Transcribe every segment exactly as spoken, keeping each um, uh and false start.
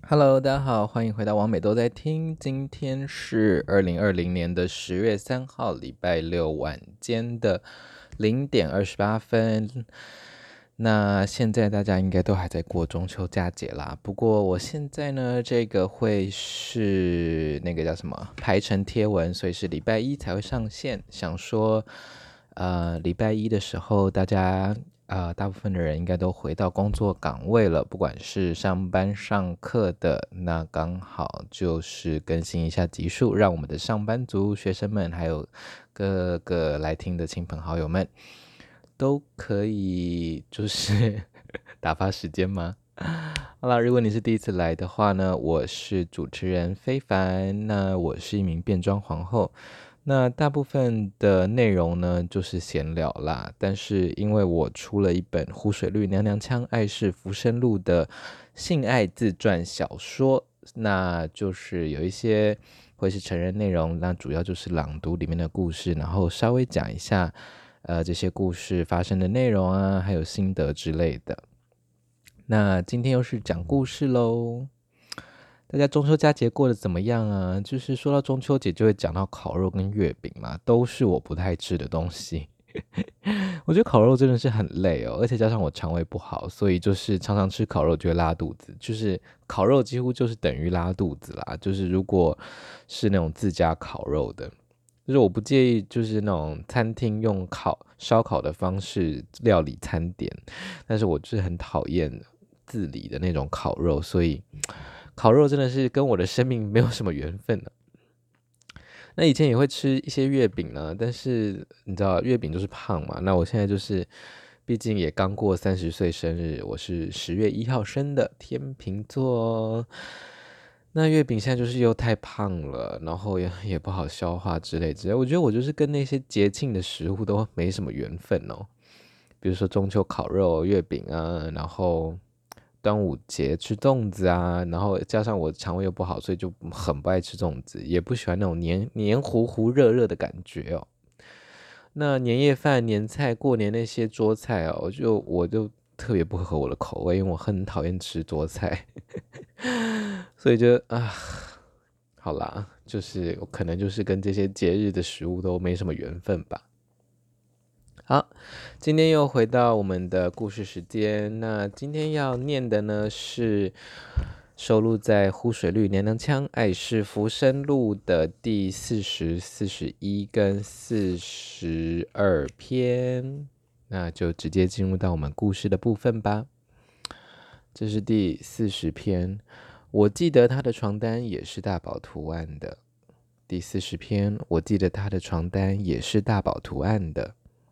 Hello，大家好，欢迎回到王美都在听。今天是二零二零年的十月三号，礼拜六晚间的零点二十八分。那现在大家应该都还在过中秋佳节啦。不过我现在呢，这个会是那个叫什么排程贴文，所以是礼拜一才会上线。想说，呃，礼拜一的时候，大家呃，大部分的人应该都回到工作岗位了，不管是上班上课的，那刚好就是更新一下集数，让我们的上班族、学生们，还有各个来听的亲朋好友们，都可以就是打发时间吗？好啦，如果你是第一次来的话呢，我是主持人非凡，那我是一名变装皇后。那大部分的内容呢，就是闲聊啦。但是因为我出了一本《湖水绿娘娘腔爱是浮生录》的性爱自传小说，那就是有一些会是成人内容，那主要就是朗读里面的故事，然后稍微讲一下，呃，这些故事发生的内容啊，还有心得之类的。那今天又是讲故事喽。大家中秋佳节过得怎么样啊？就是说到中秋节，就会讲到烤肉跟月饼嘛，都是我不太吃的东西。我觉得烤肉真的是很累哦，而且加上我肠胃不好，所以就是常常吃烤肉就会拉肚子。就是烤肉几乎就是等于拉肚子啦。就是如果是那种自家烤肉的，就是我不介意，就是那种餐厅用烤烧烤的方式料理餐点，但是我就是很讨厌自理的那种烤肉，所以烤肉真的是跟我的生命没有什么缘分呢、那以前也会吃一些月饼呢，但是你知道月饼就是胖嘛。那我现在就是，毕竟也刚过三十岁生日，我是十月一号生的天秤座哦。那月饼现在就是又太胖了，然后也也不好消化之类之类。我觉得我就是跟那些节庆的食物都没什么缘分哦。比如说中秋烤肉、月饼啊，然后端午节吃粽子啊，然后加上我肠胃又不好，所以就很不爱吃粽子，也不喜欢那种黏黏糊糊、热热的感觉哦。那年夜饭、年菜、过年那些桌菜哦，我就我就特别不合我的口味，因为我很讨厌吃桌菜，所以就啊，好啦，就是可能就是跟这些节日的食物都没什么缘分吧。好，今天又回到我们的故事时间。那今天要念的呢是收录在《湖水绿娘娘腔爱是浮生录》的第四十、四十一跟四十二篇。那就直接进入到我们故事的部分吧。这是第四十篇，我记得他的床单也是大宝图案的。第四十篇，我记得他的床单也是大宝图案的。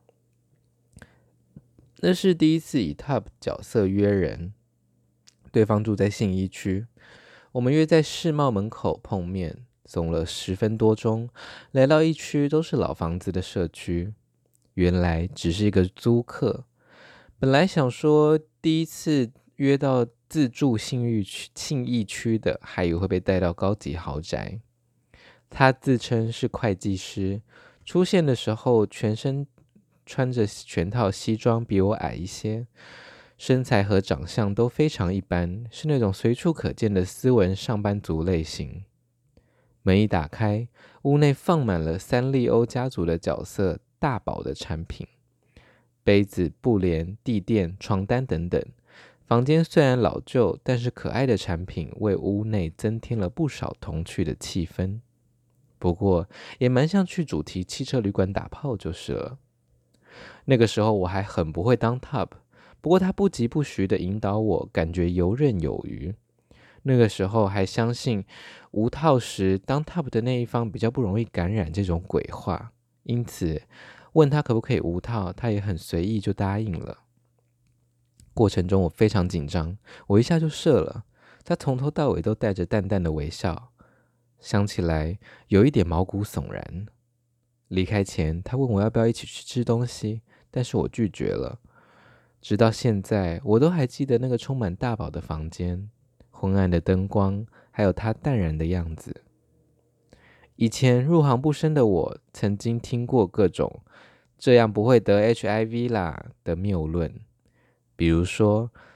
那是第一次以 Top 角色约人，对方住在信义区，我们约在世贸门口碰面，走了十分多钟，来到一区都是老房子的社区，原来只是一个租客。本来想说第一次约到自住信义区信义区的，还以为会被带到高级豪宅。他自称是会计师，出现的时候全身穿着全套西装，比我矮一些，身材和长相都非常一般，是那种随处可见的斯文上班族类型。门一打开，屋内放满了三丽鸥家族的角色大宝的产品，杯子、布帘、地垫、床单等等。房间虽然老旧，但是可爱的产品为屋内增添了不少童趣的气氛。不过也蛮像去主题汽车旅馆打炮就是了。那个时候我还很不会当 top， 不过他不疾不徐地引导我，感觉游刃有余。那个时候还相信无套时当 top 的那一方比较不容易感染这种鬼话，因此问他可不可以无套，他也很随意就答应了。过程中我非常紧张，我一下就射了，他从头到尾都带着淡淡的微笑，想起来有一点毛骨悚然。离开前，他问我要不要一起去吃东西，但是我拒绝了。直到现在，我都还记得那个充满大宝的房间，昏暗的灯光，还有他淡然的样子。以前入行不深的我，曾经听过各种“这样不会得 H I V 啦”的谬论，比如说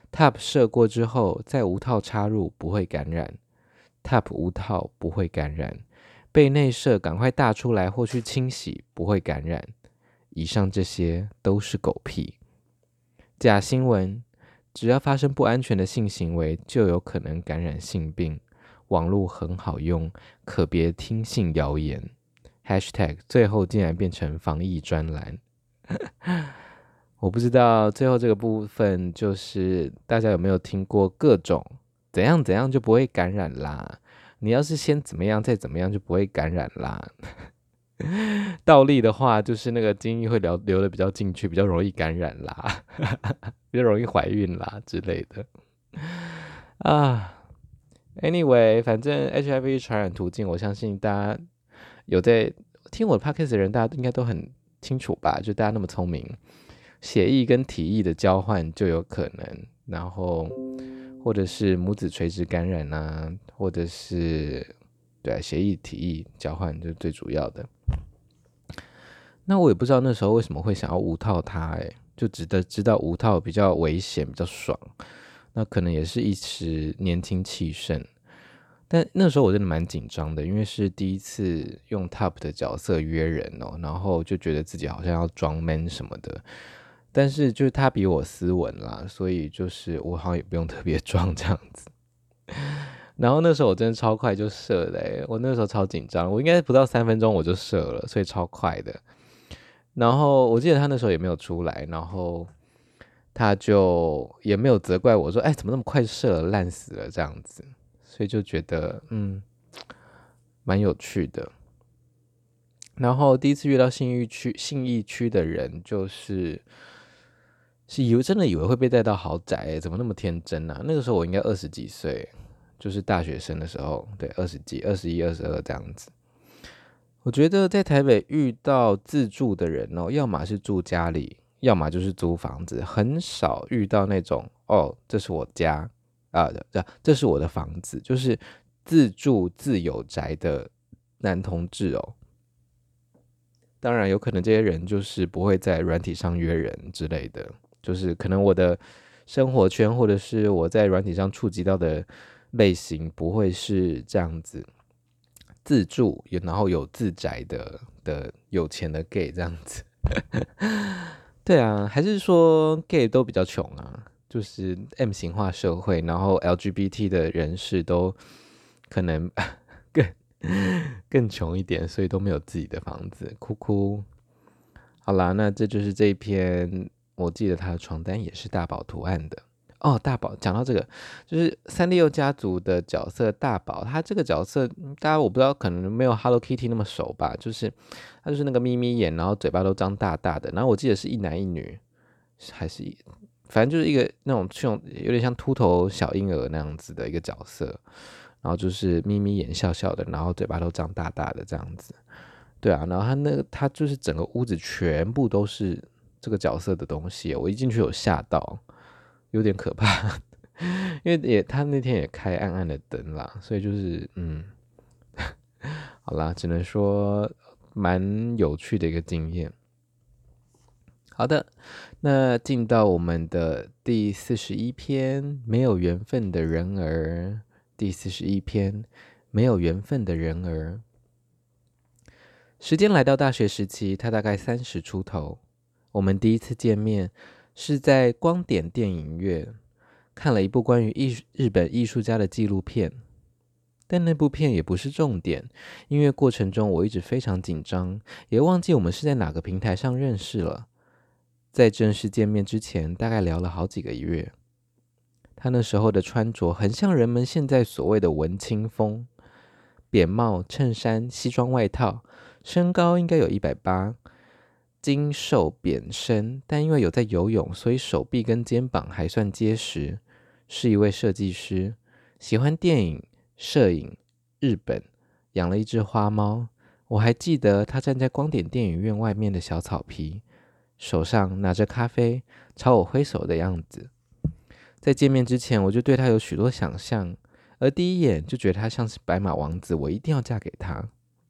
T A P 射过之后再无套插入不会感染， T A P 无套不会感染，被内射赶快大出来或去清洗不会感染。以上这些都是狗屁。假新闻，只要发生不安全的性行为就有可能感染性病，网络很好用，可别听信谣言。 Hashtag 最后竟然变成防疫专栏。我不知道最后这个部分就是大家有没有听过各种怎样怎样就不会感染啦，你要是先怎么样再怎么样就不会感染啦。倒立的话就是那个精液会流流的比较进去，比较容易感染啦，比较容易怀孕啦之类的啊。Anyway， 反正 H I V 传染途径，我相信大家有在听我的 podcast 的人，大家应该都很清楚吧？就大家那么聪明，血液跟体液的交换就有可能，然后或者是母子垂直感染啊，或者是对啊，血液体液交换就是最主要的。那我也不知道那时候为什么会想要无套它，哎，就只得知道无套比较危险，比较爽。那可能也是一时年轻气盛，但那时候我真的蛮紧张的，因为是第一次用 T A P 的角色约人哦，然后就觉得自己好像要装 man 什么的。但是就是他比我斯文啦，所以就是我好像也不用特别装这样子。然后那时候我真的超快就射了，欸，我那时候超紧张，我应该不到三分钟我就射了，所以超快的。然后我记得他那时候也没有出来，然后他就也没有责怪我说，哎，怎么那么快射了，烂死了这样子。所以就觉得嗯，蛮有趣的。然后第一次遇到信义区信义区的人，就是是以为真的以为会被带到豪宅，欸，怎么那么天真啊？那个时候我应该二十几岁，就是大学生的时候，对，二十几、二十一、二十二这样子。我觉得在台北遇到自住的人哦，要么是住家里，要么就是租房子，很少遇到那种哦，这是我家啊，这这是我的房子，就是自住自有宅的男同志哦。当然，有可能这些人就是不会在软体上约人之类的，就是可能我的生活圈或者是我在软体上触及到的类型不会是这样子。自住，然后有自宅的的有钱的 gay 这样子。对啊，还是说 gay 都比较穷啊？就是 M 型化社会，然后 L G B T 的人士都可能更更穷一点，所以都没有自己的房子，哭哭。好啦，那这就是这一篇，我记得他的床单也是大宝图案的。哦，大宝讲到这个，就是三丽鸥家族的角色大宝，他这个角色大家我不知道，可能没有 Hello Kitty 那么熟吧，就是他就是那个眯眯眼，然后嘴巴都张大大的，然后我记得是一男一女，还是一反正就是一个那种有点像秃头小婴儿那样子的一个角色，然后就是眯眯眼笑笑的，然后嘴巴都张大大的这样子。对啊，然后他那个他就是整个屋子全部都是这个角色的东西，我一进去有吓到。有点可怕，因为也他那天也开暗暗的灯啦，所以就是嗯，好啦，只能说蛮有趣的一个经验。好的，那进到我们的第四十一篇，没有缘分的人儿。第四十一篇，没有缘分的人儿。时间来到大学时期，他大概三十出头，我们第一次见面。是在光点电影院看了一部关于艺日本艺术家的纪录片，但那部片也不是重点，因为过程中我一直非常紧张，也忘记我们是在哪个平台上认识了。在正式见面之前，大概聊了好几个月。他那时候的穿着很像人们现在所谓的文青风，扁帽、衬衫、西装外套，身高应该有一百八。精瘦扁身，但因为有在游泳，所以手臂跟肩膀还算结实。是一位设计师，喜欢电影、摄影、日本，养了一只花猫。我还记得他站在光点电影院外面的小草皮，手上拿着咖啡，朝我挥手的样子。在见面之前，我就对他有许多想象，而第一眼就觉得他像是白马王子，我一定要嫁给他。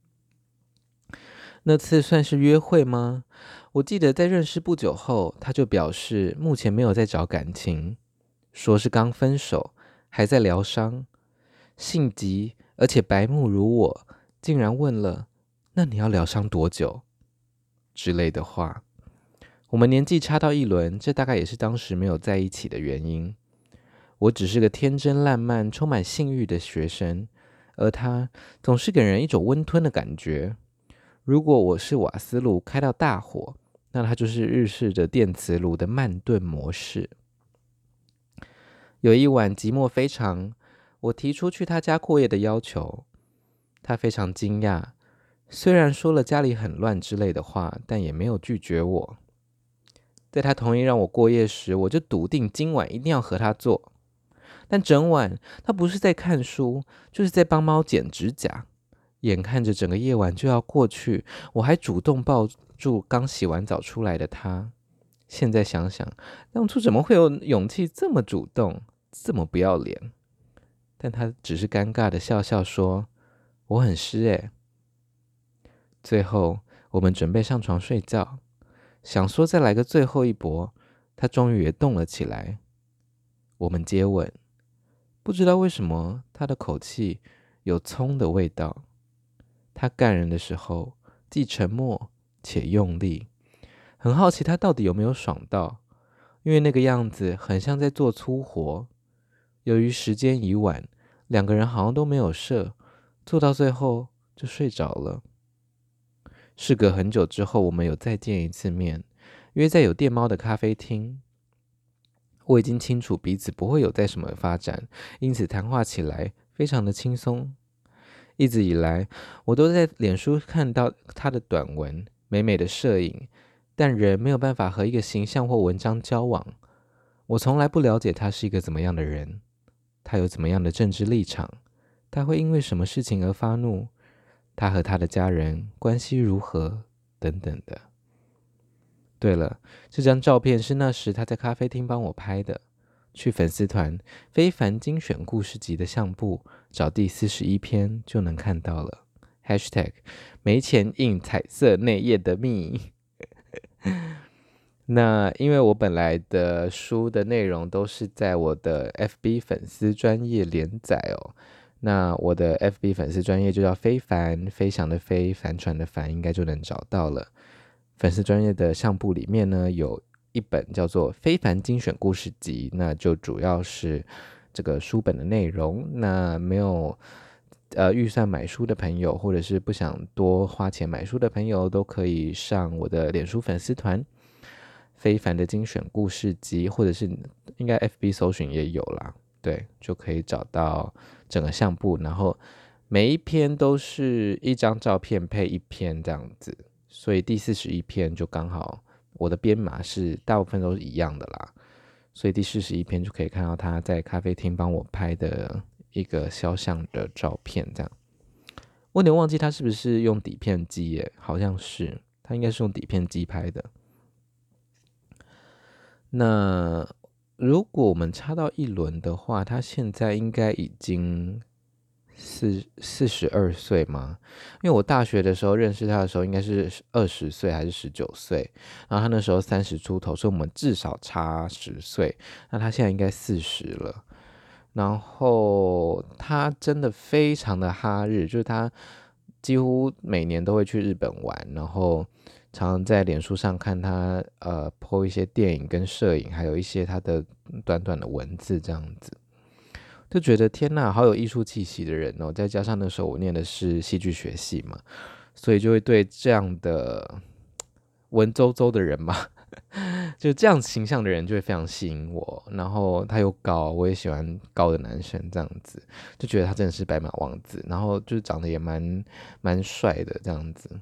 那次算是约会吗？我记得在认识不久后，他就表示目前没有在找感情。 说是刚分手，还在疗伤，性急而且白目如我，竟然问了那你要疗伤多久之类的话。我们年纪差到一轮，这大概也是当时没有在一起的原因。我只是个天真烂漫、充满性欲的学生，而他总是给人一种温吞的感觉。如果我是瓦斯炉开到大火，那它就是日式的电磁炉的慢炖模式。有一晚寂寞非常，我提出去他家过夜的要求，他非常惊讶，虽然说了家里很乱之类的话，但也没有拒绝我。在他同意让我过夜时，我就笃定今晚一定要和他做。但整晚他不是在看书，就是在帮猫剪指甲。眼看着整个夜晚就要过去，我还主动抱住刚洗完澡出来的他。现在想想，当初怎么会有勇气这么主动，这么不要脸？但他只是尴尬的笑笑说：“我很湿诶。”最后，我们准备上床睡觉，想说再来个最后一搏，他终于也动了起来。我们接吻，不知道为什么他的口气有葱的味道。他干人的时候既沉默且用力，很好奇他到底有没有爽到，因为那个样子很像在做粗活。由于时间已晚，两个人好像都没有射，做到最后就睡着了。事隔很久之后，我们有再见一次面，约在有电猫的咖啡厅。我已经清楚彼此不会有再什么发展，因此谈话起来非常的轻松。一直以来，我都在脸书看到他的短文，美美的摄影，但人没有办法和一个形象或文章交往。我从来不了解他是一个怎么样的人，他有怎么样的政治立场，他会因为什么事情而发怒，他和他的家人关系如何，等等的。对了，这张照片是那时他在咖啡厅帮我拍的。去粉丝团非凡精选故事集的相簿找第四十一篇就能看到了。hashtag 没钱印彩色内页的蜜。那因为我本来的书的内容都是在我的 F B 粉丝专页连载哦。那我的 F B 粉丝专页就叫非凡，飞翔的飞，帆船的帆，应该就能找到了。粉丝专页的相簿里面呢，有一本叫做《非凡精选故事集》，那就主要是这个书本的内容。那没有呃预算买书的朋友，或者是不想多花钱买书的朋友，都可以上我的脸书粉丝团《非凡的精选故事集》，或者是应该 F B 搜寻也有啦，对，就可以找到整个相簿。然后每一篇都是一张照片配一篇这样子，所以第四十一篇就刚好。我的编码是大部分都是一样的啦，所以第四十一篇就可以看到他在咖啡厅帮我拍的一个肖像的照片，这样。我有点忘记他是不是用底片机耶，好像是，他应该是用底片机拍的。那如果我们插到一轮的话，他现在应该已经四四十二岁吗？因为我大学的时候认识他的时候，应该是二十岁还是十九岁，然后他那时候三十出头，所以我们至少差十岁。那他现在应该四十了。然后他真的非常的哈日，就是他几乎每年都会去日本玩，然后常常在脸书上看他呃 po 一些电影跟摄影，还有一些他的短短的文字这样子。就觉得天哪，好有艺术气息的人哦！再加上那时候我念的是戏剧学系嘛，所以就会对这样的文绉绉的人嘛，就这样形象的人就会非常吸引我。然后他又高，我也喜欢高的男生，这样子就觉得他真的是白马王子。然后就是长得也蛮蛮帅的这样子。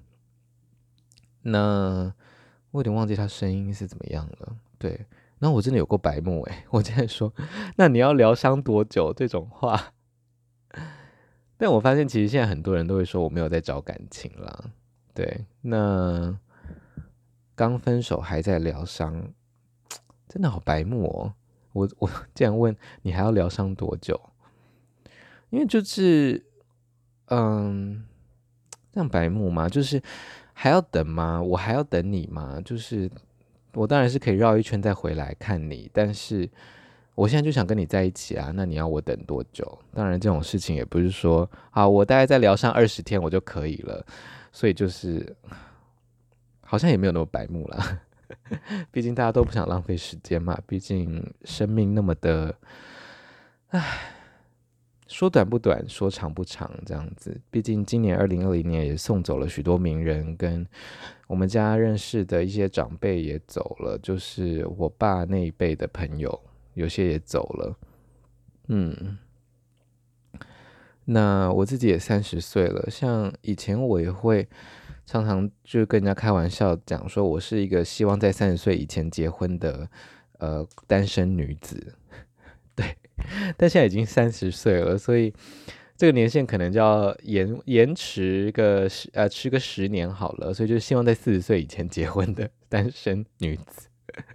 那我有点忘记他声音是怎么样了，对。然后我真的有够白目诶，我竟然说，那你要疗伤多久这种话？但我发现其实现在很多人都会说我没有在找感情啦，对。那刚分手还在疗伤，真的好白目哦。我我竟然问你还要疗伤多久？因为就是嗯，这样白目吗？就是还要等吗？我还要等你吗？就是我当然是可以绕一圈再回来看你，但是我现在就想跟你在一起啊，那你要我等多久？当然这种事情也不是说啊，我大概再聊上二十天我就可以了，所以就是好像也没有那么白目啦。毕竟大家都不想浪费时间嘛，毕竟生命那么的，唉，说短不短，说长不长，这样子。毕竟今年二零二零年也送走了许多名人，跟我们家认识的一些长辈也走了，就是我爸那一辈的朋友，有些也走了。嗯，那我自己也三十岁了，像以前我也会常常就跟人家开玩笑讲说，我是一个希望在三十岁以前结婚的呃单身女子。对，但现在已经三十岁了，所以这个年限可能就要延延迟个十呃迟个十年好了，所以就希望在四十岁以前结婚的单身女子。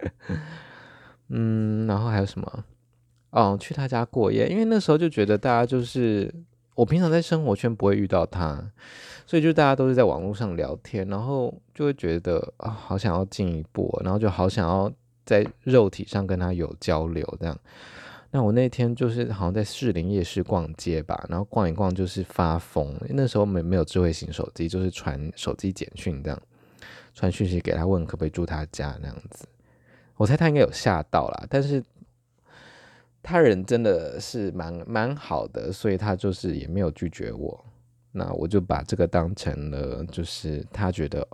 嗯，然后还有什么？哦，去他家过夜，因为那时候就觉得大家就是我平常在生活圈不会遇到他，所以就大家都是在网络上聊天，然后就会觉得啊，好想要进一步哦，然后就好想要在肉体上跟他有交流这样。那我那天就是好像在士林夜市逛街吧，然后逛一逛就是发疯，那时候没没有智慧型手机，就是传手机简讯这样，传讯息给他问可不可以住他家那样子。我猜他应该有吓到啦，但是他人真的是蛮蛮好的，所以他就是也没有拒绝我。那我就把这个当成了就是他觉得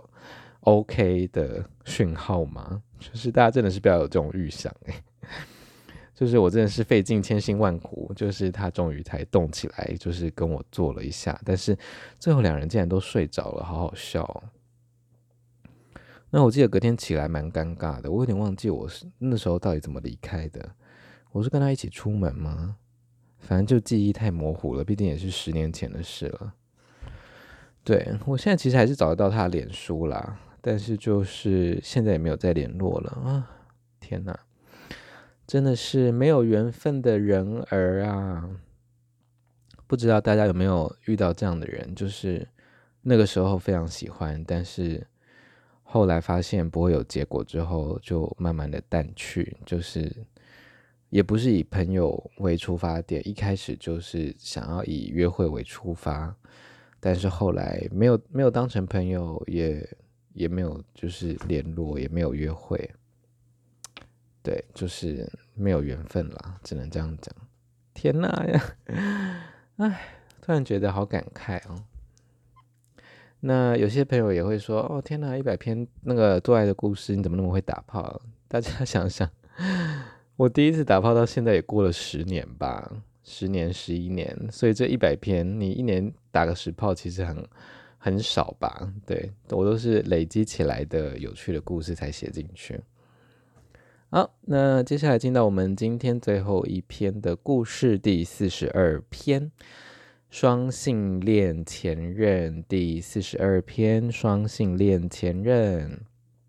OK 的讯号嘛，就是大家真的是不要有这种预想欸，就是我真的是费尽千辛万苦，就是他终于才动起来，就是跟我做了一下，但是最后两人竟然都睡着了，好好笑哦。那我记得隔天起来蛮尴尬的，我有点忘记我是那时候到底怎么离开的。我是跟他一起出门吗？反正就记忆太模糊了，毕竟也是十年前的事了。对，我现在其实还是找得到他的脸书啦，但是就是现在也没有再联络了啊！天哪，真的是没有缘分的人儿啊！不知道大家有没有遇到这样的人，就是那个时候非常喜欢，但是后来发现不会有结果之后，就慢慢的淡去，就是也不是以朋友为出发点，一开始就是想要以约会为出发，但是后来没有没有当成朋友，也也没有就是联络，也没有约会，对，就是没有缘分啦，只能这样讲。天哪呀，唉，突然觉得好感慨哦。那有些朋友也会说，哦天哪，一百篇那个做爱的故事，你怎么那么会打炮？大家想想，我第一次打炮到现在也过了十年吧，十年、十一年，所以这一百篇，你一年打个十炮，其实很很少吧？对，我都是累积起来的有趣的故事才写进去。好，那接下来进到我们今天最后一篇的故事，第四十二篇。双性恋前任第四十二篇，双性恋前任。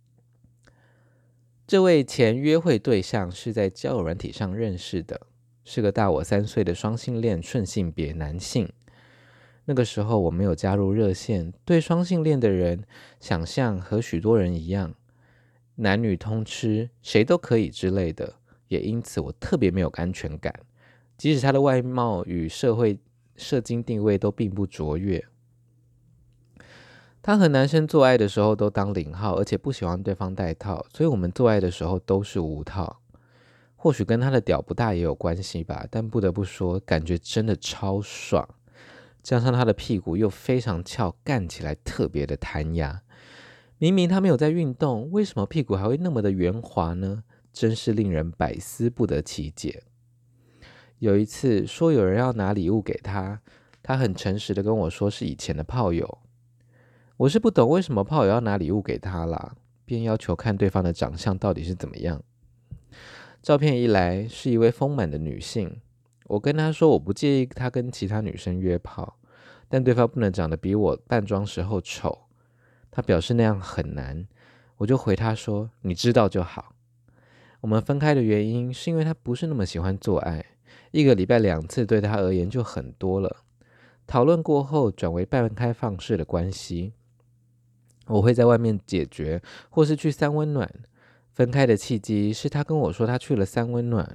这位前约会对象是在交友软体上认识的，是个大我三岁的双性恋顺性别男性。那个时候我没有加入热线，对双性恋的人想象和许多人一样，男女通吃，谁都可以之类的，也因此我特别没有安全感，即使他的外貌与社会社经地位都并不卓越。他和男生做爱的时候都当零号，而且不喜欢对方戴套，所以我们做爱的时候都是无套。或许跟他的屌不大也有关系吧，但不得不说，感觉真的超爽。加上他的屁股又非常翘，干起来特别的弹牙。明明他没有在运动，为什么屁股还会那么的圆滑呢？真是令人百思不得其解。有一次说有人要拿礼物给他，他很诚实的跟我说是以前的炮友。我是不懂为什么炮友要拿礼物给他啦，便要求看对方的长相到底是怎么样。照片一来是一位丰满的女性，我跟他说我不介意他跟其他女生约炮，但对方不能长得比我扮装时候丑。他表示那样很难，我就回他说你知道就好。我们分开的原因是因为他不是那么喜欢做爱，一个礼拜两次对他而言就很多了。讨论过后转为半开放式的关系，我会在外面解决，或是去三温暖。分开的契机是他跟我说他去了三温暖，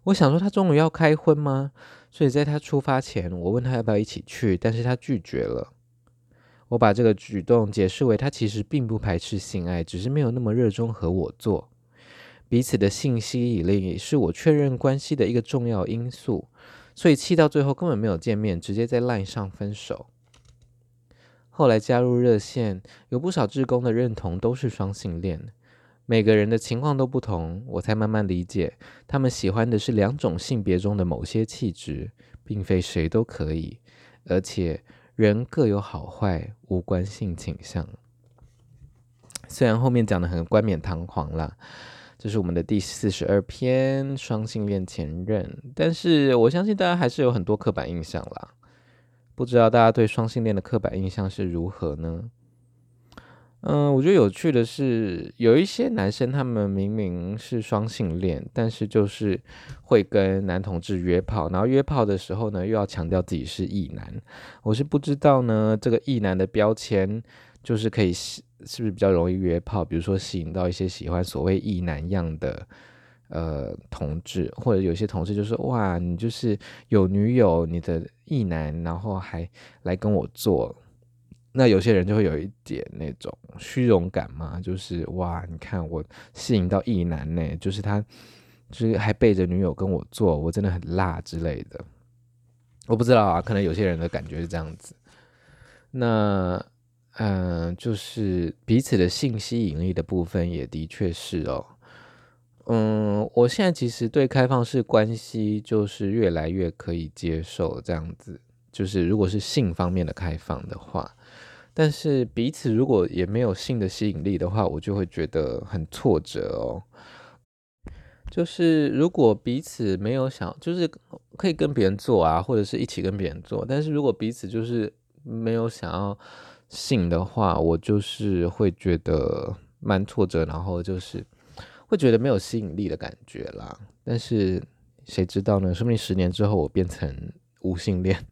我想说他终于要开荤吗？所以在他出发前，我问他要不要一起去，但是他拒绝了。我把这个举动解释为他其实并不排斥性爱，只是没有那么热衷和我做。彼此的性吸引力是我确认关系的一个重要因素，所以气到最后根本没有见面，直接在 LINE 上分手。后来加入热线，有不少志工的认同都是双性恋，每个人的情况都不同，我才慢慢理解，他们喜欢的是两种性别中的某些气质，并非谁都可以，而且人各有好坏，无关性倾向。虽然后面讲的很冠冕堂皇啦，这是我们的第四十二篇双性恋前任，但是我相信大家还是有很多刻板印象啦。不知道大家对双性恋的刻板印象是如何呢？嗯，我觉得有趣的是，有一些男生他们明明是双性恋，但是就是会跟男同志约炮，然后约炮的时候呢，又要强调自己是异男。我是不知道呢，这个异男的标签就是可以是是不是比较容易约炮，比如说吸引到一些喜欢所谓异男样的呃同志，或者有些同志就说哇，你就是有女友，你的异男，然后还来跟我做。那有些人就会有一点那种虚荣感嘛，就是哇，你看我吸引到异男呢，就是他，就是还背着女友跟我做，我真的很辣之类的。我不知道啊，可能有些人的感觉是这样子。那嗯、呃就是彼此的性吸引力的部分也的确是哦。嗯，我现在其实对开放式关系就是越来越可以接受这样子，就是如果是性方面的开放的话。但是彼此如果也没有性的吸引力的话，我就会觉得很挫折哦。就是如果彼此没有想，就是可以跟别人做啊，或者是一起跟别人做，但是如果彼此就是没有想要性的话，我就是会觉得蛮挫折，然后就是会觉得没有吸引力的感觉啦。但是谁知道呢？说不定十年之后我变成无性恋。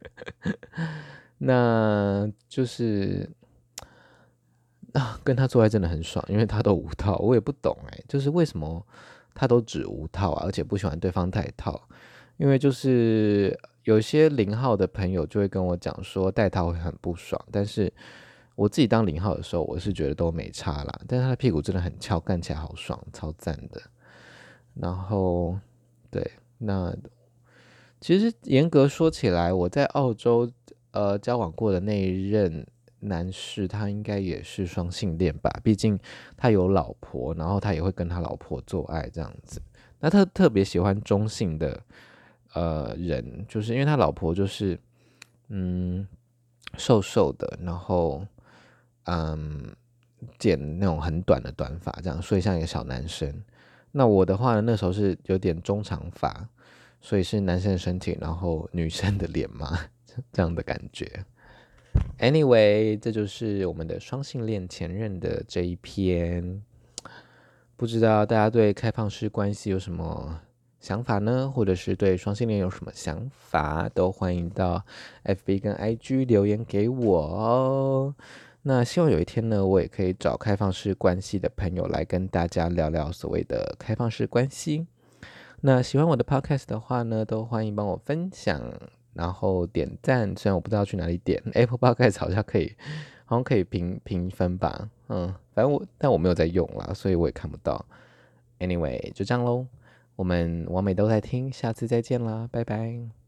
那就是啊，跟他做爱真的很爽，因为他都无套，我也不懂哎，就是为什么他都只无套啊，而且不喜欢对方带套，因为就是有些零号的朋友就会跟我讲说带套会很不爽，但是我自己当零号的时候，我是觉得都没差啦，但是他的屁股真的很翘，干起来好爽，超赞的。然后对，那其实严格说起来，我在澳洲呃交往过的那一任男士，他应该也是双性恋吧？毕竟他有老婆，然后他也会跟他老婆做爱这样子。那他特别喜欢中性的呃人，就是因为他老婆就是嗯瘦瘦的，然后嗯剪那种很短的短发，这样，所以像一个小男生。那我的话呢，那时候是有点中长发，所以是男生的身体，然后女生的脸嘛，这样的感觉。Anyway，这就是我们的双性恋前任的这一篇。不知道大家对开放式关系有什么想法呢？或者是对双性恋有什么想法，都欢迎到 F B 跟 I G 留言给我哦。那希望有一天呢，我也可以找开放式关系的朋友来跟大家聊聊所谓的开放式关系。那喜欢我的 podcast 的话呢，都欢迎帮我分享，然后点赞。虽然我不知道去哪里点，Apple Podcast 好像可以，好像可以评评分吧。嗯，反正我但我没有在用啦，所以我也看不到。Anyway，就这样喽。我们完美都在听，下次再见啦，拜拜。